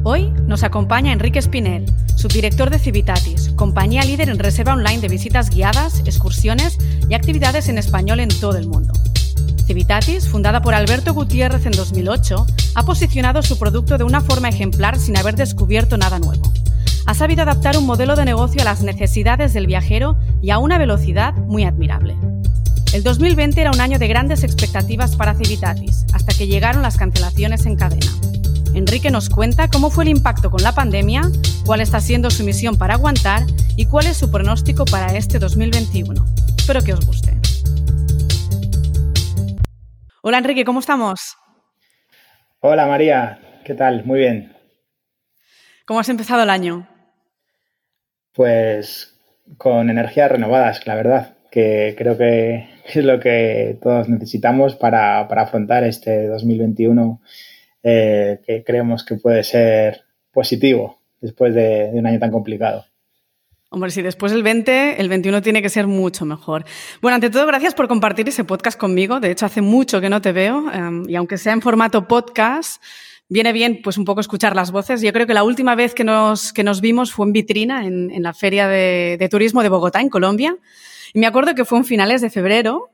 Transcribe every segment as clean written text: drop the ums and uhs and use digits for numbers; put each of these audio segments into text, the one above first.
Hoy nos acompaña Enrique Espinel, subdirector de Civitatis, compañía líder en reserva online de visitas guiadas, excursiones y actividades en español en todo el mundo. Civitatis, fundada por Alberto Gutiérrez en 2008, ha posicionado su producto de una forma ejemplar sin haber descubierto nada nuevo. Ha sabido adaptar un modelo de negocio a las necesidades del viajero y a una velocidad muy admirable. El 2020 era un año de grandes expectativas para Civitatis, hasta que llegaron las cancelaciones en cadena. Enrique nos cuenta cómo fue el impacto con la pandemia, cuál está siendo su misión para aguantar y cuál es su pronóstico para este 2021. Espero que os guste. Hola Enrique, ¿cómo estamos? Hola María, ¿qué tal? Muy bien. ¿Cómo has empezado el año? Pues con energías renovadas, la verdad, que creo que es lo que todos necesitamos para afrontar este 2021 que creemos que puede ser positivo después de un año tan complicado. Hombre, si después del 20, el 21 tiene que ser mucho mejor. Bueno, ante todo, gracias por compartir ese podcast conmigo. De hecho, hace mucho que no te veo y aunque sea en formato podcast, viene bien pues un poco escuchar las voces. Yo creo que la última vez que nos vimos fue en Vitrina, en la Feria de Turismo de Bogotá, en Colombia. Y me acuerdo que fue en finales de febrero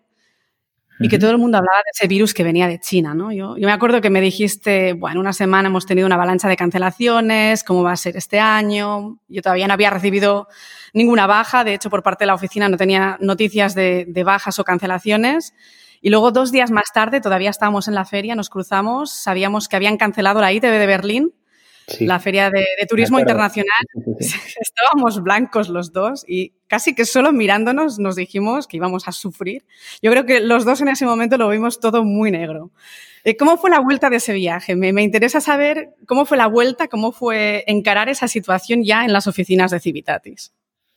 y que todo el mundo hablaba de ese virus que venía de China, ¿no? Yo me acuerdo que me dijiste, bueno, en una semana hemos tenido una avalancha de cancelaciones, ¿cómo va a ser este año? Yo todavía no había recibido ninguna baja, de hecho, por parte de la oficina no tenía noticias de bajas o cancelaciones. Y luego, 2 días más tarde, todavía estábamos en la feria, nos cruzamos, sabíamos que habían cancelado la ITB de Berlín, sí, la Feria de Turismo Internacional. Sí. Estábamos blancos los dos y casi que solo mirándonos nos dijimos que íbamos a sufrir. Yo creo que los dos en ese momento lo vimos todo muy negro. ¿Cómo fue la vuelta de ese viaje? Me interesa saber cómo fue la vuelta, cómo fue encarar esa situación ya en las oficinas de Civitatis.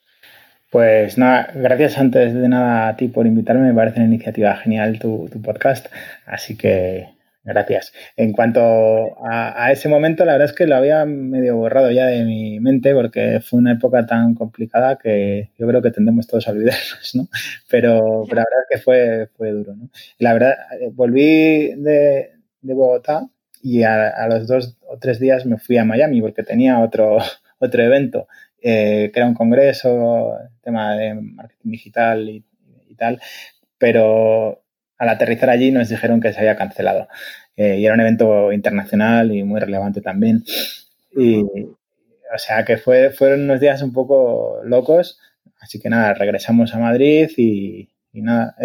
Pues nada, gracias antes de nada a ti por invitarme, me parece una iniciativa genial tu podcast, así que gracias. En cuanto a ese momento, la verdad es que lo había medio borrado ya de mi mente porque fue una época tan complicada que yo creo que tendemos todos a olvidarnos, ¿no? Pero la verdad es que fue duro, ¿no? La verdad, volví de Bogotá y a los 2 o 3 días me fui a Miami porque tenía otro evento. Que era un congreso, tema de marketing digital y tal, pero al aterrizar allí nos dijeron que se había cancelado. Y era un evento internacional y muy relevante también. Y, o sea, que fueron unos días un poco locos. Así que nada, regresamos a Madrid y nada,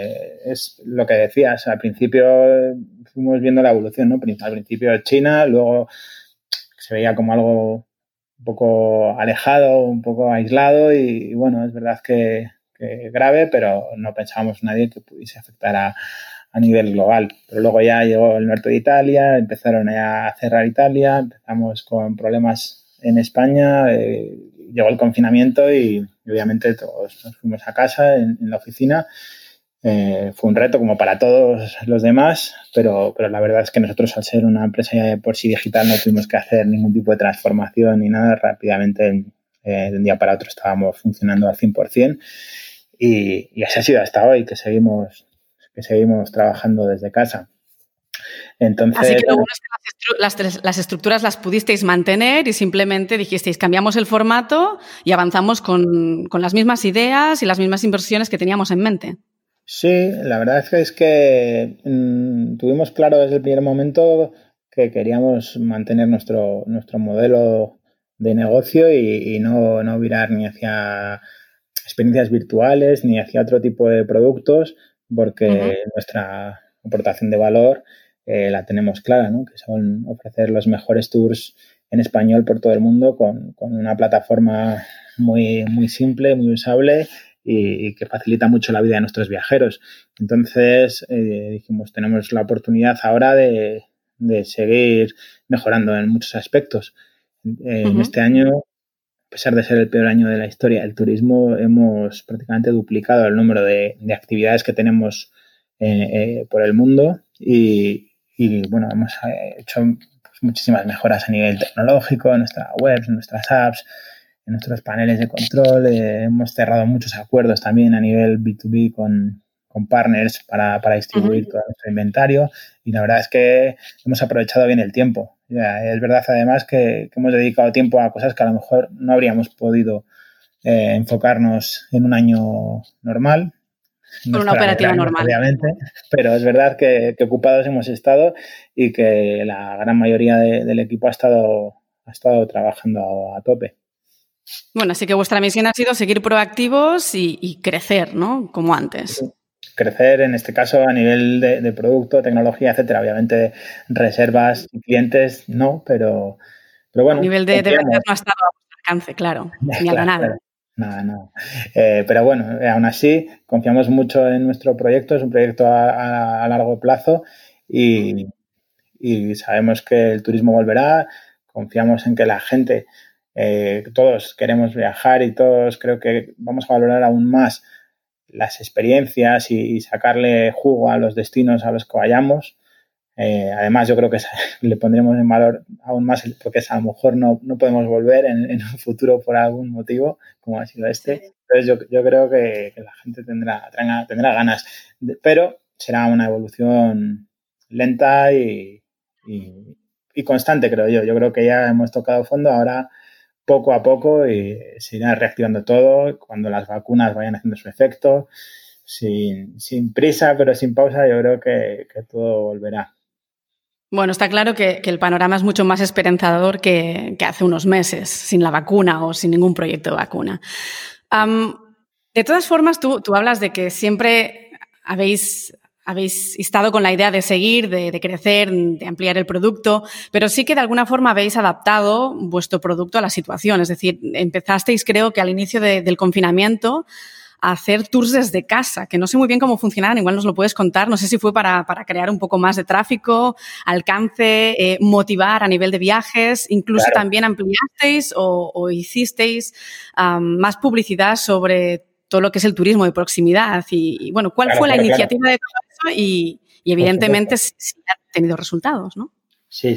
es lo que decías. Al principio fuimos viendo la evolución, ¿no? Al principio China, luego se veía como algo un poco alejado, un poco aislado y bueno, es verdad que grave, pero no pensábamos nadie que pudiese afectar a nivel global. Pero luego ya llegó el norte de Italia, empezaron a cerrar Italia, empezamos con problemas en España, llegó el confinamiento y obviamente todos nos fuimos a casa en la oficina. Fue un reto como para todos los demás, pero la verdad es que nosotros, al ser una empresa ya de por sí digital, no tuvimos que hacer ningún tipo de transformación ni nada. Rápidamente, de un día para otro, estábamos funcionando al 100% y así ha sido hasta hoy, que seguimos trabajando desde casa. Entonces, así que lo bueno es que las estructuras las pudisteis mantener y simplemente dijisteis, cambiamos el formato y avanzamos con las mismas ideas y las mismas inversiones que teníamos en mente. Sí, la verdad es que tuvimos claro desde el primer momento que queríamos mantener nuestro modelo de negocio y no virar ni hacia experiencias virtuales ni hacia otro tipo de productos, porque nuestra aportación de valor la tenemos clara, ¿no? Que son ofrecer los mejores tours en español por todo el mundo con una plataforma muy, muy simple, muy usable y que facilita mucho la vida de nuestros viajeros. Entonces dijimos, tenemos la oportunidad ahora de seguir mejorando en muchos aspectos. En este año, a pesar de ser el peor año de la historia del turismo, hemos prácticamente duplicado el número de actividades que tenemos por el mundo y bueno, hemos hecho pues, muchísimas mejoras a nivel tecnológico, en nuestra web, en nuestras apps, en nuestros paneles de control. Hemos cerrado muchos acuerdos también a nivel B2B con con partners para distribuir todo nuestro inventario y la verdad es que hemos aprovechado bien el tiempo. Ya, es verdad además que hemos dedicado tiempo a cosas que a lo mejor no habríamos podido enfocarnos en un año normal. No Con una operativa normal. Obviamente, pero es verdad que ocupados hemos estado y que la gran mayoría del equipo ha estado trabajando a tope. Bueno, así que vuestra misión ha sido seguir proactivos y crecer, ¿no? Como antes. Sí. Crecer, en este caso, a nivel de producto, tecnología, etcétera. Obviamente, reservas y clientes no, pero bueno. A nivel de ventas no ha estado a vuestro alcance, claro. Ni a la nada. Claro. Nada. Pero bueno, aún así, confiamos mucho en nuestro proyecto. Es un proyecto a largo plazo y sabemos que el turismo volverá. Confiamos en que la gente, todos queremos viajar y todos creo que vamos a valorar aún más las experiencias y sacarle jugo a los destinos a los que vayamos. Además, yo creo que le pondremos en valor aún más porque a lo mejor no podemos volver en un futuro por algún motivo, como ha sido este. Entonces, yo creo que la gente tendrá ganas, pero será una evolución lenta y constante, creo yo. Yo creo que ya hemos tocado fondo, ahora poco a poco y se irá reactivando todo cuando las vacunas vayan haciendo su efecto, sin prisa pero sin pausa. Yo creo que todo volverá. Bueno, está claro que el panorama es mucho más esperanzador que hace unos meses, sin la vacuna o sin ningún proyecto de vacuna. De todas formas, tú hablas de que siempre habéis estado con la idea de seguir, de crecer, de ampliar el producto, pero sí que de alguna forma habéis adaptado vuestro producto a la situación. Es decir, empezasteis, creo que al inicio del confinamiento, a hacer tours desde casa, que no sé muy bien cómo funcionaban, igual nos lo puedes contar. No sé si fue para crear un poco más de tráfico, alcance, motivar a nivel de viajes, incluso claro. También ampliasteis o hicisteis más publicidad sobre todo lo que es el turismo de proximidad y bueno, ¿cuál fue la iniciativa de todo eso? Y evidentemente si ha tenido resultados, ¿no? Sí.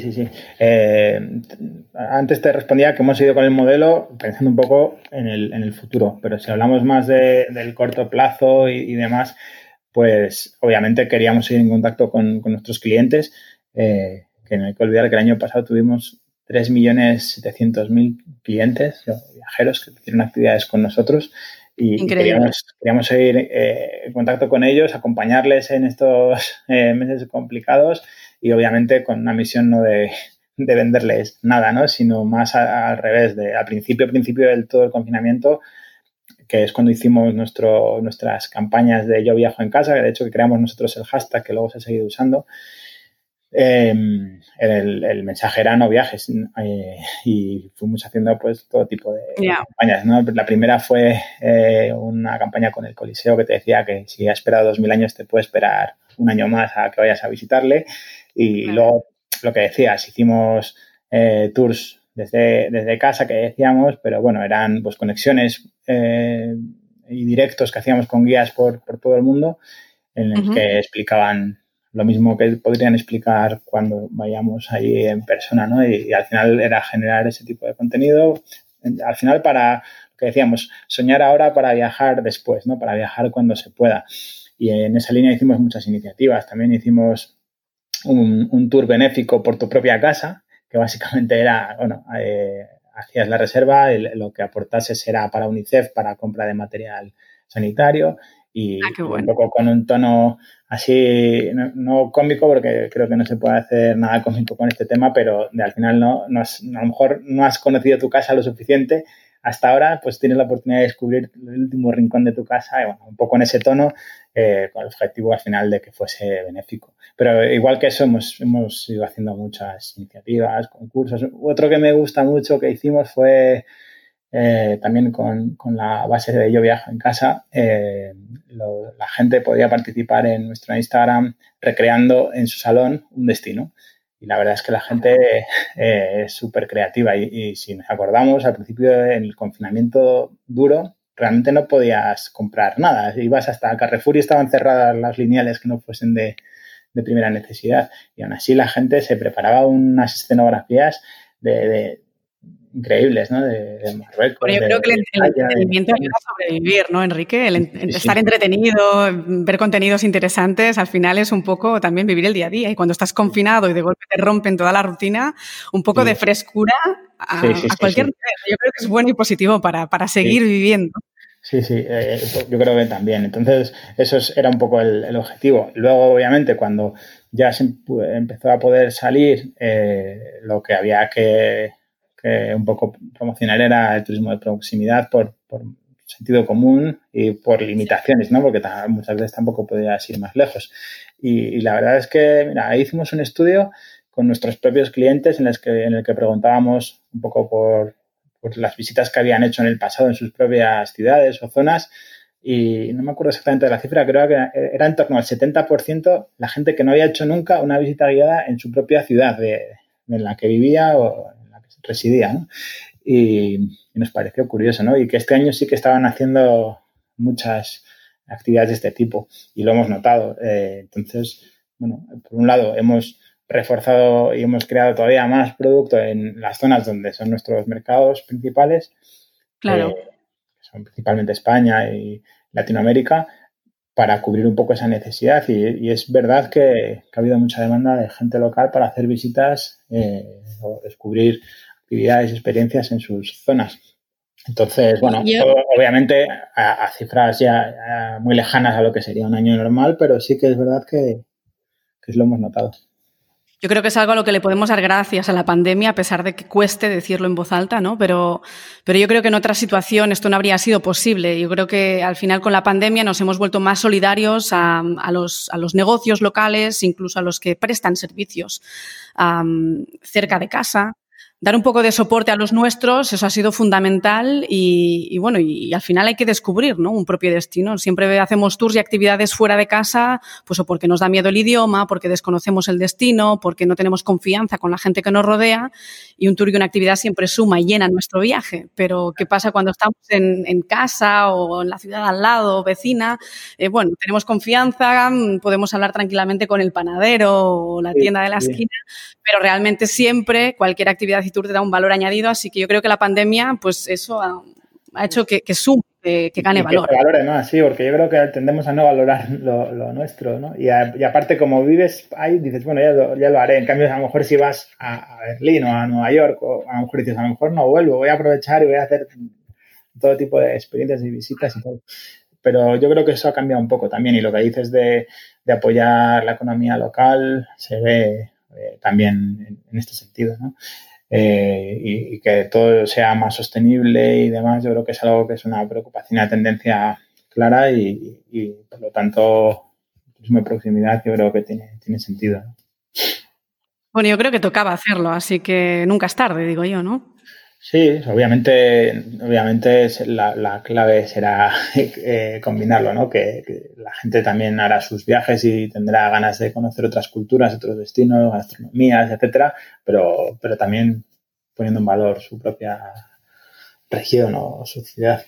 Antes te respondía que hemos ido con el modelo pensando un poco en el futuro, pero si hablamos más del corto plazo y demás, pues obviamente queríamos seguir en contacto con nuestros clientes, que no hay que olvidar que el año pasado tuvimos 3.700.000 clientes, viajeros que hicieron actividades con nosotros. Y queríamos seguir en contacto con ellos, acompañarles en estos meses complicados y obviamente con una misión no de venderles nada, ¿no? Sino más al revés, al principio del todo el confinamiento, que es cuando hicimos nuestras campañas de Yo Viajo en Casa, que de hecho que creamos nosotros el hashtag que luego se ha seguido usando. El mensaje era no viajes y fuimos haciendo pues todo tipo de campañas, ¿no? La primera fue una campaña con el Coliseo que te decía que si ha esperado 2000 años te puede esperar un año más a que vayas a visitarle y luego lo que decías, hicimos tours desde casa que decíamos, pero bueno, eran pues conexiones y directos que hacíamos con guías por todo el mundo en el que explicaban lo mismo que podrían explicar cuando vayamos allí en persona, ¿no? Y al final era generar ese tipo de contenido. Al final para, lo que decíamos, soñar ahora para viajar después, ¿no? Para viajar cuando se pueda. Y en esa línea hicimos muchas iniciativas. También hicimos un tour benéfico por tu propia casa, que básicamente era, bueno, hacías la reserva, lo que aportases era para UNICEF, para compra de material sanitario. Y un poco con un tono así, no cómico, porque creo que no se puede hacer nada cómico con este tema, pero al final a lo mejor no has conocido tu casa lo suficiente hasta ahora, pues tienes la oportunidad de descubrir el último rincón de tu casa y bueno, un poco en ese tono, con el objetivo al final de que fuese benéfico. Pero igual que eso hemos ido haciendo muchas iniciativas, concursos. Otro que me gusta mucho que hicimos fue también con la base de Yo Viajo en Casa, la gente podía participar en nuestro Instagram recreando en su salón un destino. Y la verdad es que la gente es súper creativa y si nos acordamos, al principio en el confinamiento duro, realmente no podías comprar nada. Ibas hasta Carrefour y estaban cerradas las lineales que no fuesen de primera necesidad. Y aún así la gente se preparaba unas escenografías increíbles, ¿no? De Marruecos. Pero yo creo que el entretenimiento ayuda a sobrevivir, ¿no, Enrique? Estar entretenido, ver contenidos interesantes, al final es un poco también vivir el día a día. Y cuando estás confinado y de golpe te rompen toda la rutina, un poco de frescura a cualquier nivel. Yo creo que es bueno y positivo para seguir viviendo. Sí, yo creo que también. Entonces, eso era un poco el objetivo. Luego, obviamente, cuando ya se empezó a poder salir, lo que había que un poco promocionar era el turismo de proximidad por sentido común y por limitaciones, ¿no? Porque muchas veces tampoco podías ir más lejos. Y la verdad es que, mira, ahí hicimos un estudio con nuestros propios clientes en el que preguntábamos un poco por las visitas que habían hecho en el pasado en sus propias ciudades o zonas, y no me acuerdo exactamente de la cifra, creo que era en torno al 70% la gente que no había hecho nunca una visita guiada en su propia ciudad en la que vivía o en la que residía, ¿no? Y nos pareció curioso, ¿no? Y que este año sí que estaban haciendo muchas actividades de este tipo y lo hemos notado. Entonces, bueno, por un lado hemos reforzado y hemos creado todavía más producto en las zonas donde son nuestros mercados principales, claro. Que son principalmente España y Latinoamérica, para cubrir un poco esa necesidad. Y es verdad que ha habido mucha demanda de gente local para hacer visitas o descubrir actividades y experiencias en sus zonas. Entonces, bueno, obviamente a cifras ya muy lejanas a lo que sería un año normal, pero sí que es verdad que lo hemos notado. Yo creo que es algo a lo que le podemos dar gracias a la pandemia, a pesar de que cueste decirlo en voz alta, ¿no? Pero yo creo que en otra situación esto no habría sido posible. Yo creo que al final con la pandemia nos hemos vuelto más solidarios a los negocios locales, incluso a los que prestan servicios cerca de casa. Dar un poco de soporte a los nuestros, eso ha sido fundamental y bueno, y al final hay que descubrir, ¿no? Un propio destino. Siempre hacemos tours y actividades fuera de casa, pues o porque nos da miedo el idioma, porque desconocemos el destino, porque no tenemos confianza con la gente que nos rodea, y un tour y una actividad siempre suma y llena nuestro viaje. Pero ¿qué pasa cuando estamos en casa o en la ciudad al lado, vecina? Bueno, tenemos confianza, podemos hablar tranquilamente con el panadero o la tienda de la esquina, pero realmente siempre cualquier actividad y tour te da un valor añadido, así que yo creo que la pandemia, pues eso ha hecho que sume, que gane valor. Que se valore más, sí, porque yo creo que tendemos a no valorar lo nuestro, ¿no? Y aparte, como vives ahí, dices, bueno, ya lo haré. En cambio, a lo mejor si vas a Berlín o a Nueva York, o a lo mejor dices, a lo mejor no vuelvo, voy a aprovechar y voy a hacer todo tipo de experiencias y visitas y todo. Pero yo creo que eso ha cambiado un poco también, y lo que dices de apoyar la economía local se ve también en este sentido, ¿no? Y que todo sea más sostenible y demás, yo creo que es algo que es una preocupación, una tendencia clara y por lo tanto, turismo de proximidad yo creo que tiene sentido, ¿no? Bueno, yo creo que tocaba hacerlo, así que nunca es tarde, digo yo, ¿no? Sí, obviamente la clave será combinarlo, ¿no? Que la gente también hará sus viajes y tendrá ganas de conocer otras culturas, otros destinos, gastronomías, etcétera, pero también poniendo en valor su propia región o su ciudad.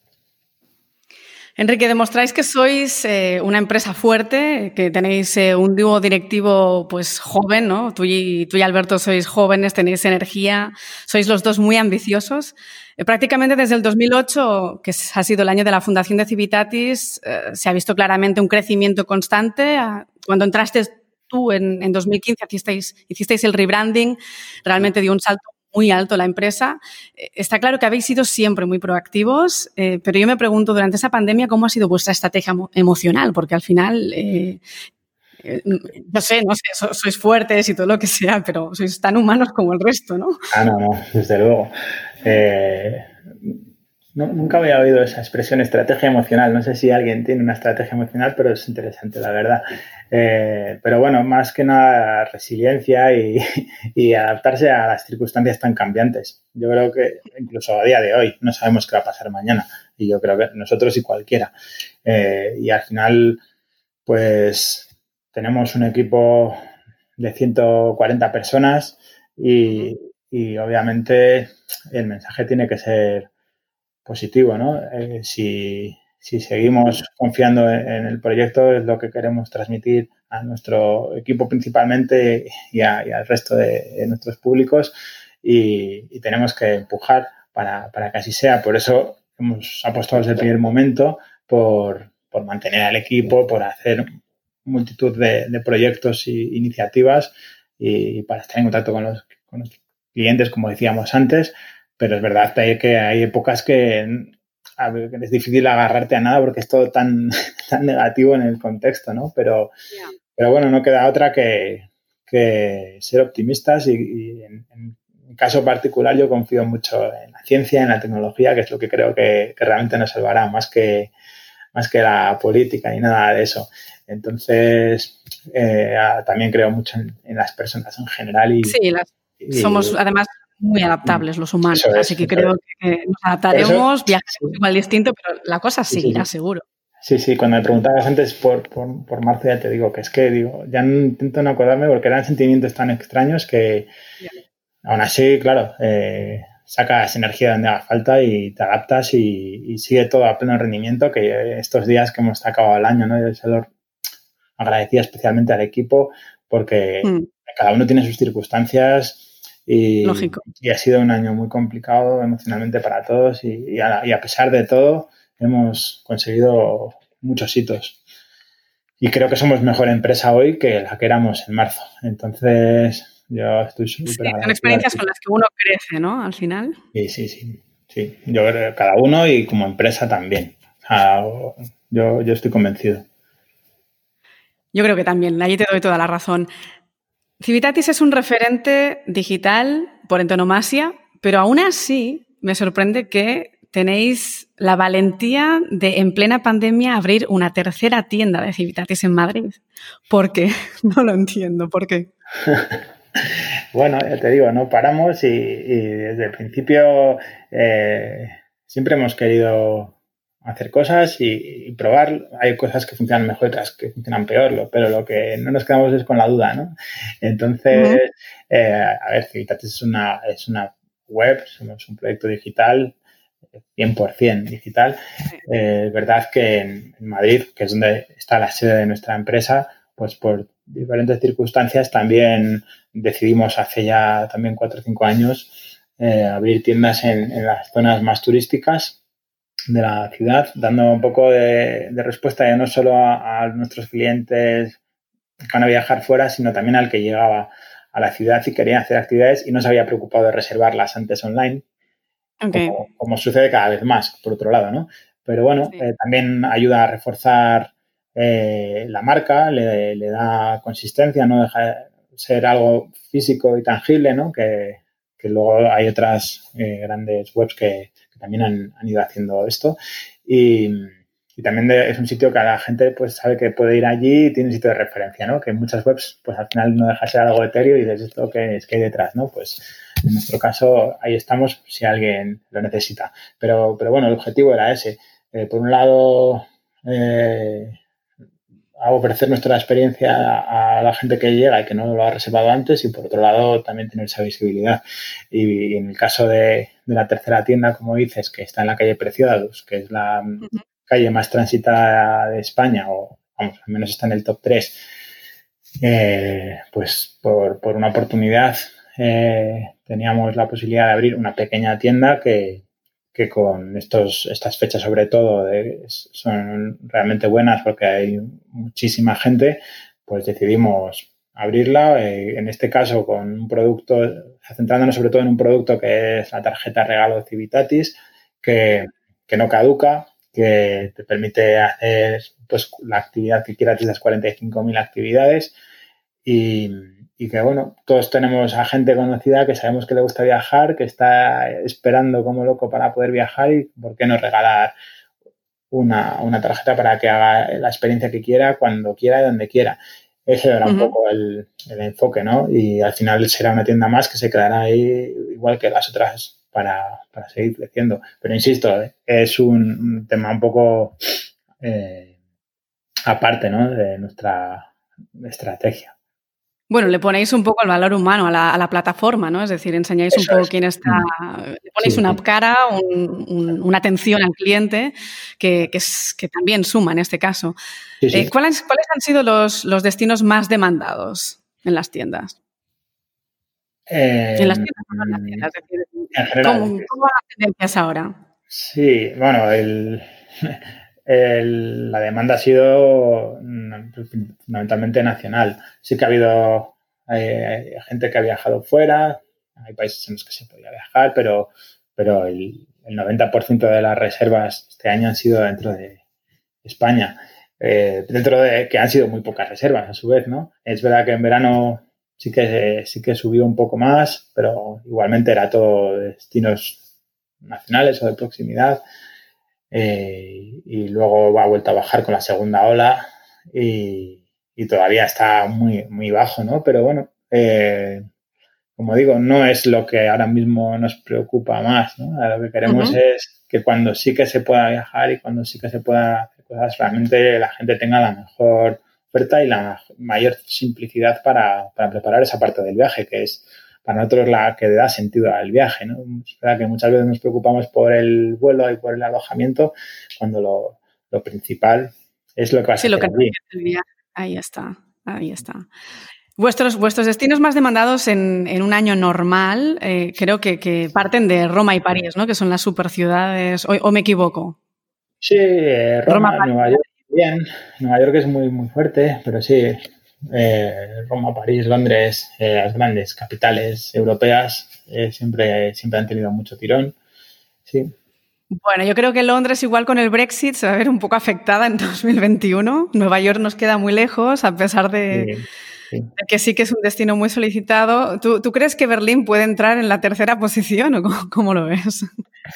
Enrique, demostráis que sois una empresa fuerte, que tenéis un dúo directivo pues joven, ¿no? Tú y Alberto sois jóvenes, tenéis energía, sois los dos muy ambiciosos. Prácticamente desde el 2008, que ha sido el año de la fundación de Civitatis, se ha visto claramente un crecimiento constante. Cuando entraste tú en 2015, hicisteis el rebranding, realmente dio un salto muy alto la empresa. Está claro que habéis sido siempre muy proactivos, pero yo me pregunto, durante esa pandemia, ¿cómo ha sido vuestra estrategia emocional? Porque al final, no sé, sois fuertes y todo lo que sea, pero sois tan humanos como el resto, ¿no? No, desde luego. Nunca había oído esa expresión, estrategia emocional. No sé si alguien tiene una estrategia emocional, pero es interesante, la verdad. Pero bueno, más que nada resiliencia y adaptarse a las circunstancias tan cambiantes. Yo creo que incluso a día de hoy no sabemos qué va a pasar mañana, y yo creo que nosotros y cualquiera. Y al final, pues tenemos un equipo de 140 personas y obviamente el mensaje tiene que ser positivo, ¿no? Si seguimos confiando en el proyecto, es lo que queremos transmitir a nuestro equipo principalmente y al resto de nuestros públicos. y tenemos que empujar para que así sea. Por eso hemos apostado desde el primer momento por mantener al equipo, por hacer multitud de proyectos e iniciativas y para estar en contacto con los clientes, como decíamos antes, pero es verdad que hay épocas que es difícil agarrarte a nada porque es todo tan negativo en el contexto, ¿no? Pero bueno, no queda otra que ser optimistas y en mi caso particular yo confío mucho en la ciencia, en la tecnología, que es lo que creo que realmente nos salvará más que la política ni nada de eso. Entonces, también creo mucho en las personas en general. Somos además muy adaptables los humanos, así que creo que nos adaptaremos, viajaremos igual distinto, pero la cosa seguirá seguro. Sí, cuando me preguntabas antes por marzo ya te digo que ya no intento no acordarme porque eran sentimientos tan extraños que aún así, claro, sacas energía donde haga falta y te adaptas y sigue todo a pleno rendimiento, que estos días que hemos acabado el año, ¿no? Yo se lo agradecía especialmente al equipo porque cada uno tiene sus circunstancias y ha sido un año muy complicado emocionalmente para todos y a pesar de todo hemos conseguido muchos hitos. Y creo que somos mejor empresa hoy que la que éramos en marzo. Entonces, yo estoy súper agradecido. Son experiencias con las que uno crece, ¿no? Al final. Sí. Yo creo que cada uno y como empresa también. Yo estoy convencido. Yo creo que también. Allí te doy toda la razón. Civitatis es un referente digital por antonomasia, pero aún así me sorprende que tenéis la valentía de, en plena pandemia, abrir una tercera tienda de Civitatis en Madrid. ¿Por qué? No lo entiendo. ¿Por qué? Bueno, ya te digo, no paramos y desde el principio siempre hemos querido hacer cosas y probar. Hay cosas que funcionan mejor, otras que funcionan peor, pero lo que no nos quedamos es con la duda, ¿no? Entonces, a ver, Civitatis es una web, somos un proyecto digital 100% digital. Es verdad que en Madrid, que es donde está la sede de nuestra empresa, pues por diferentes circunstancias también decidimos hace ya también 4 o 5 años abrir tiendas en las zonas más turísticas de la ciudad, dando un poco de respuesta ya no solo a nuestros clientes que van a viajar fuera, sino también al que llegaba a la ciudad y quería hacer actividades y no se había preocupado de reservarlas antes online. Okay. Como sucede cada vez más, por otro lado, ¿no? Pero bueno, también ayuda a reforzar la marca, le da consistencia, no deja de ser algo físico y tangible, ¿no? Que luego hay otras grandes webs que también han ido haciendo esto y también es un sitio que la gente pues sabe que puede ir allí y tiene un sitio de referencia, ¿no? Que en muchas webs pues al final no deja de ser algo etéreo y dices esto que hay detrás, ¿no? Pues en nuestro caso ahí estamos si alguien lo necesita. Pero bueno, el objetivo era ese. Por un lado a ofrecer nuestra experiencia a la gente que llega y que no lo ha reservado antes y por otro lado también tener esa visibilidad. Y en el caso de la tercera tienda, como dices, que está en la calle Preciados, que es la calle más transitada de España, o vamos, al menos está en el top 3, pues por una oportunidad teníamos la posibilidad de abrir una pequeña tienda que con estas fechas sobre todo son realmente buenas porque hay muchísima gente, pues decidimos abrirla, en este caso con un producto, centrándonos sobre todo en un producto que es la tarjeta regalo Civitatis, que no caduca, que te permite hacer pues la actividad que quieras de esas 45.000 actividades y que, bueno, todos tenemos a gente conocida que sabemos que le gusta viajar, que está esperando como loco para poder viajar y por qué no regalar una tarjeta para que haga la experiencia que quiera, cuando quiera y donde quiera. Ese era un poco el enfoque, ¿no? Y al final será una tienda más que se quedará ahí igual que las otras para seguir creciendo. Pero insisto, es un tema un poco aparte, ¿no? De nuestra estrategia. Bueno, le ponéis un poco el valor humano a la plataforma, ¿no? Es decir, enseñáis un poco quién está, le ponéis una cara, una atención al cliente que también suma en este caso. Sí. ¿Cuáles han sido los destinos más demandados en las tiendas? En las tiendas, no en las tiendas, es decir, En general. ¿cómo van las tendencias ahora? Sí, bueno, la demanda ha sido fundamentalmente nacional. Sí que ha habido gente que ha viajado fuera, hay países en los que se podía viajar, pero el 90% de las reservas este año han sido dentro de España. Dentro de que han sido muy pocas reservas, a su vez, ¿no? Es verdad que en verano sí que subió un poco más, pero igualmente era todo destinos nacionales o de proximidad. Y luego ha vuelto a bajar con la segunda ola y todavía está muy, muy bajo, ¿no? Pero bueno, como digo, no es lo que ahora mismo nos preocupa más, ¿no? Lo que queremos es que cuando sí que se pueda viajar y cuando sí que se pueda hacer cosas, realmente la gente tenga la mejor oferta y la mayor simplicidad para preparar esa parte del viaje, que es para nosotros la que da sentido al viaje, ¿no? Es verdad que muchas veces nos preocupamos por el vuelo y por el alojamiento, cuando lo principal es lo que vas a hacer allí. El viaje. Ahí está. Vuestros destinos más demandados en un año normal, creo que parten de Roma y París, ¿no? Que son las superciudades, o me equivoco. Sí, Roma, Nueva York, bien. Nueva York es muy, muy fuerte, pero sí, Roma, París, Londres, las grandes capitales europeas siempre han tenido mucho tirón. Sí. Bueno, yo creo que Londres, igual con el Brexit, se va a ver un poco afectada en 2021. Nueva York nos queda muy lejos, a pesar de que sí que es un destino muy solicitado. ¿Tú crees que Berlín puede entrar en la tercera posición o cómo lo ves?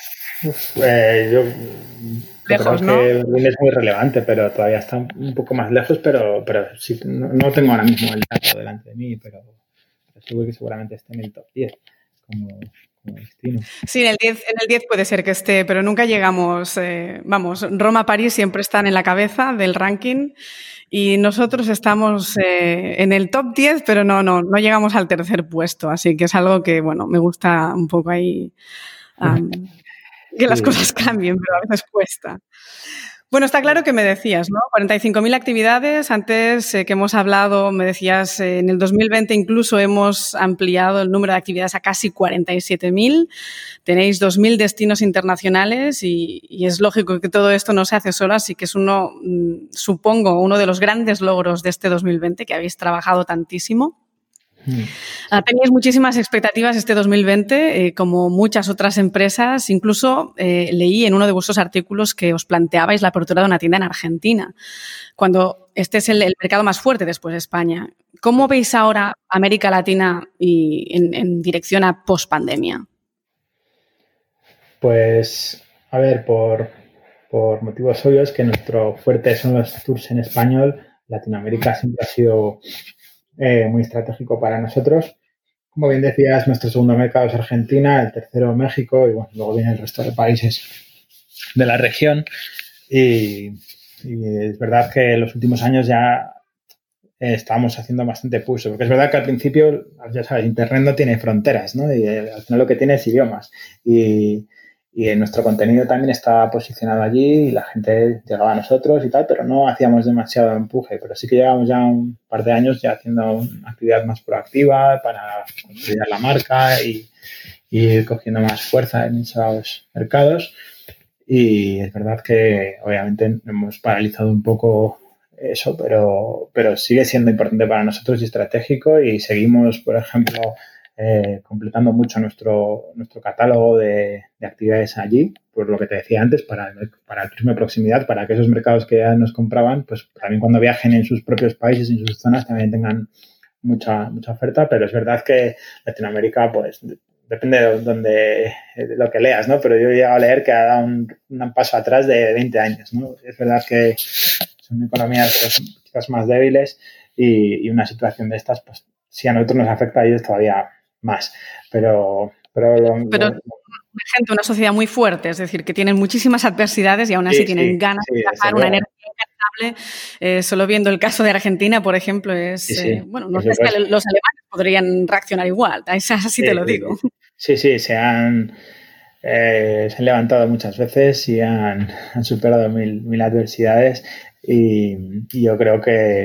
Yo lejos, creo que Berlín es muy relevante, pero todavía está un poco más lejos, pero sí, no tengo ahora mismo el dato delante de mí, pero seguro que seguramente esté en el top 10 como destino. Sí, en el 10 puede ser que esté, pero nunca llegamos, Roma, París siempre están en la cabeza del ranking y nosotros estamos en el top 10, pero no llegamos al tercer puesto, así que es algo que, bueno, me gusta un poco ahí que las cosas cambien, pero a veces cuesta. Bueno, está claro que me decías, ¿no? 45.000 actividades. Antes que hemos hablado, me decías, en el 2020 incluso hemos ampliado el número de actividades a casi 47.000. Tenéis 2.000 destinos internacionales y es lógico que todo esto no se hace solo, así que es supongo, uno de los grandes logros de este 2020, que habéis trabajado tantísimo. Teníais muchísimas expectativas este 2020, como muchas otras empresas. Incluso leí en uno de vuestros artículos que os planteabais la apertura de una tienda en Argentina, cuando este es el mercado más fuerte después de España. ¿Cómo veis ahora América Latina y en dirección a post-pandemia? Pues, a ver, por motivos obvios, que nuestro fuerte son los tours en español. Latinoamérica siempre ha sido muy estratégico para nosotros. Como bien decías, nuestro segundo mercado es Argentina, el tercero México y bueno, luego viene el resto de países de la región. Y es verdad que en los últimos años ya estábamos haciendo bastante push, porque es verdad que al principio, ya sabes, Internet no tiene fronteras, ¿no? Y al final lo que tiene es idiomas. Y nuestro contenido también estaba posicionado allí y la gente llegaba a nosotros y tal, pero no hacíamos demasiado empuje. Pero sí que llevamos ya un par de años ya haciendo una actividad más proactiva para consolidar la marca y ir cogiendo más fuerza en esos mercados. Y es verdad que obviamente hemos paralizado un poco eso, pero sigue siendo importante para nosotros y estratégico y seguimos, por ejemplo, completando mucho nuestro catálogo de actividades allí, por lo que te decía antes, para el turismo de proximidad, para que esos mercados que ya nos compraban, pues también cuando viajen en sus propios países, en sus zonas, también tengan mucha oferta, pero es verdad que Latinoamérica, pues depende de lo que leas, ¿no? Pero yo he llegado a leer que ha dado un paso atrás de 20 años, ¿no? Es verdad que son economías quizás más débiles y una situación de estas, pues si a nosotros nos afecta a ellos todavía más. Pero gente, una sociedad muy fuerte, es decir, que tienen muchísimas adversidades y aún así tienen ganas de viajar, una energía incansable. Solo viendo el caso de Argentina, por ejemplo, bueno, no sé si los alemanes podrían reaccionar igual, así te lo digo. Sí, se han levantado muchas veces y han superado mil adversidades y yo creo que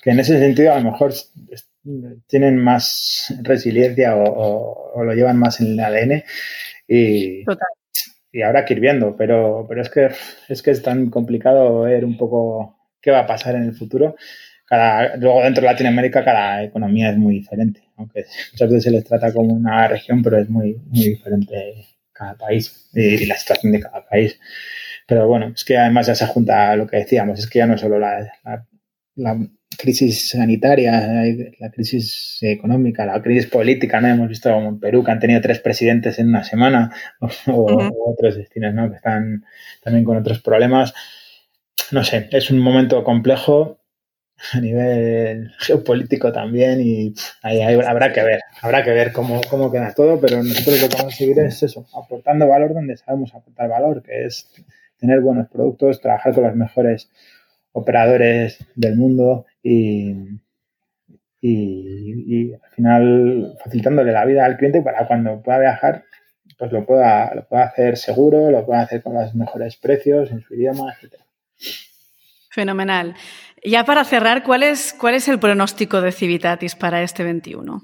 que en ese sentido a lo mejor tienen más resiliencia o lo llevan más en el ADN Total. y habrá que ir viendo, pero es que es tan complicado ver un poco qué va a pasar en el futuro. Luego dentro de Latinoamérica cada economía es muy diferente, aunque muchas veces se les trata como una región, pero es muy, muy diferente cada país y la situación de cada país. Pero bueno, es que además ya se junta lo que decíamos, es que ya no solo la crisis sanitaria, la crisis económica, la crisis política, ¿no? Hemos visto como en Perú que han tenido 3 presidentes en una semana o otros destinos, ¿no? Que están también con otros problemas. No sé, es un momento complejo a nivel geopolítico también y ahí habrá que ver cómo queda todo, pero nosotros lo que vamos a seguir es eso, aportando valor donde sabemos aportar valor, que es tener buenos productos, trabajar con los mejores operadores del mundo y al final facilitándole la vida al cliente para cuando pueda viajar pues lo pueda hacer seguro, lo pueda hacer con los mejores precios en su idioma, etcétera. Fenomenal. Ya para cerrar, ¿cuál es el pronóstico de Civitatis para este 21?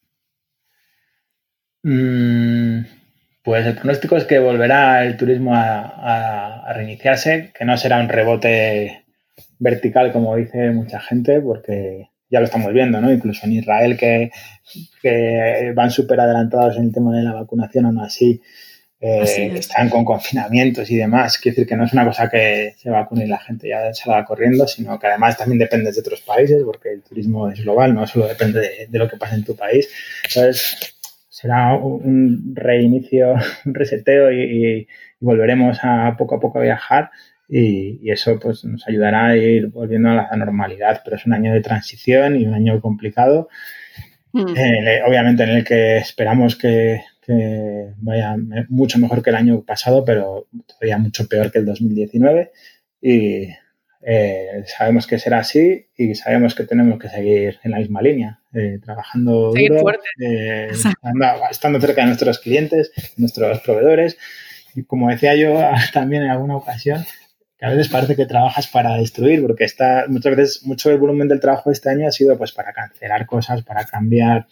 Pues el pronóstico es que volverá el turismo a reiniciarse, que no será un rebote vertical como dice mucha gente, porque ya lo estamos viendo, ¿no? Incluso en Israel que van súper adelantados en el tema de la vacunación, aún así están con confinamientos y demás. Quiere decir que no es una cosa que se vacune y la gente ya se la va corriendo, sino que además también depende de otros países, porque el turismo es global, no solo depende de lo que pasa en tu país. Entonces, será un reinicio, un reseteo y volveremos a poco a viajar y eso pues nos ayudará a ir volviendo a la normalidad, pero es un año de transición y un año complicado, obviamente en el que esperamos que vaya mucho mejor que el año pasado, pero todavía mucho peor que el 2019 y sabemos que será así y sabemos que tenemos que seguir en la misma línea, trabajando duro, estando cerca de nuestros clientes, nuestros proveedores. Y como decía yo también en alguna ocasión, que a veces parece que trabajas para destruir, porque muchas veces mucho del volumen del trabajo de este año ha sido pues para cancelar cosas, para cambiar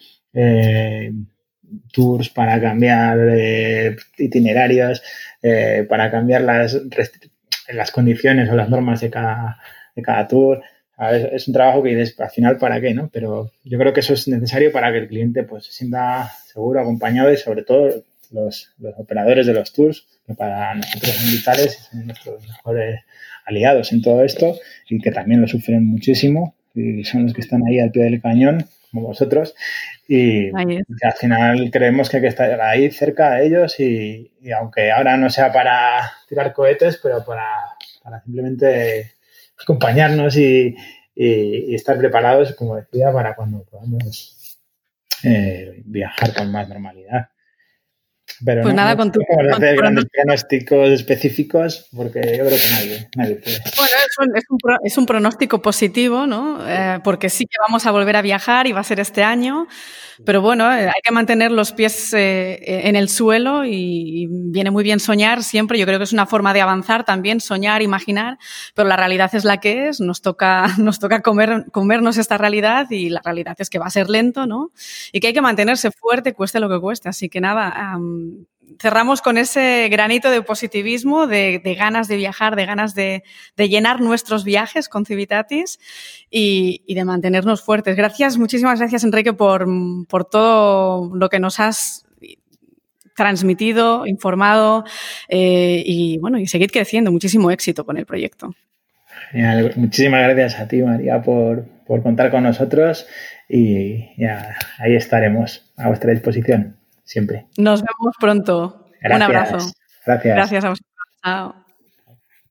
tours, para cambiar itinerarios, para cambiar las condiciones o las normas de cada tour. Es un trabajo que dices, al final, ¿para qué? ¿No? Pero yo creo que eso es necesario para que el cliente pues, se sienta seguro, acompañado y sobre todo los operadores de los tours, que para nosotros son vitales y son nuestros mejores aliados en todo esto y que también lo sufren muchísimo y son los que están ahí al pie del cañón, como vosotros, y que al final creemos que hay que estar ahí cerca de ellos y aunque ahora no sea para tirar cohetes, pero para simplemente acompañarnos y estar preparados, como decía, para cuando podamos viajar con más normalidad. Pero pues nada, con tu hacer grandes pronósticos específicos porque yo creo que nadie puede. Bueno, es un pronóstico positivo, ¿no? Porque sí que vamos a volver a viajar y va a ser este año, pero bueno, hay que mantener los pies en el suelo y viene muy bien soñar siempre. Yo creo que es una forma de avanzar también, soñar, imaginar, pero la realidad es la que es. Nos toca comernos esta realidad y la realidad es que va a ser lento, ¿no? Y que hay que mantenerse fuerte, cueste lo que cueste. Así que nada, cerramos con ese granito de positivismo, de ganas de viajar, de ganas de llenar nuestros viajes con Civitatis y de mantenernos fuertes. Muchísimas gracias, Enrique, por todo lo que nos has transmitido, informado y seguid creciendo. Muchísimo éxito con el proyecto. Genial. Muchísimas gracias a ti, María, por contar con nosotros y ya, ahí estaremos a vuestra disposición siempre. Nos vemos pronto. Gracias. Un abrazo. Gracias. Gracias a vosotros. Chao.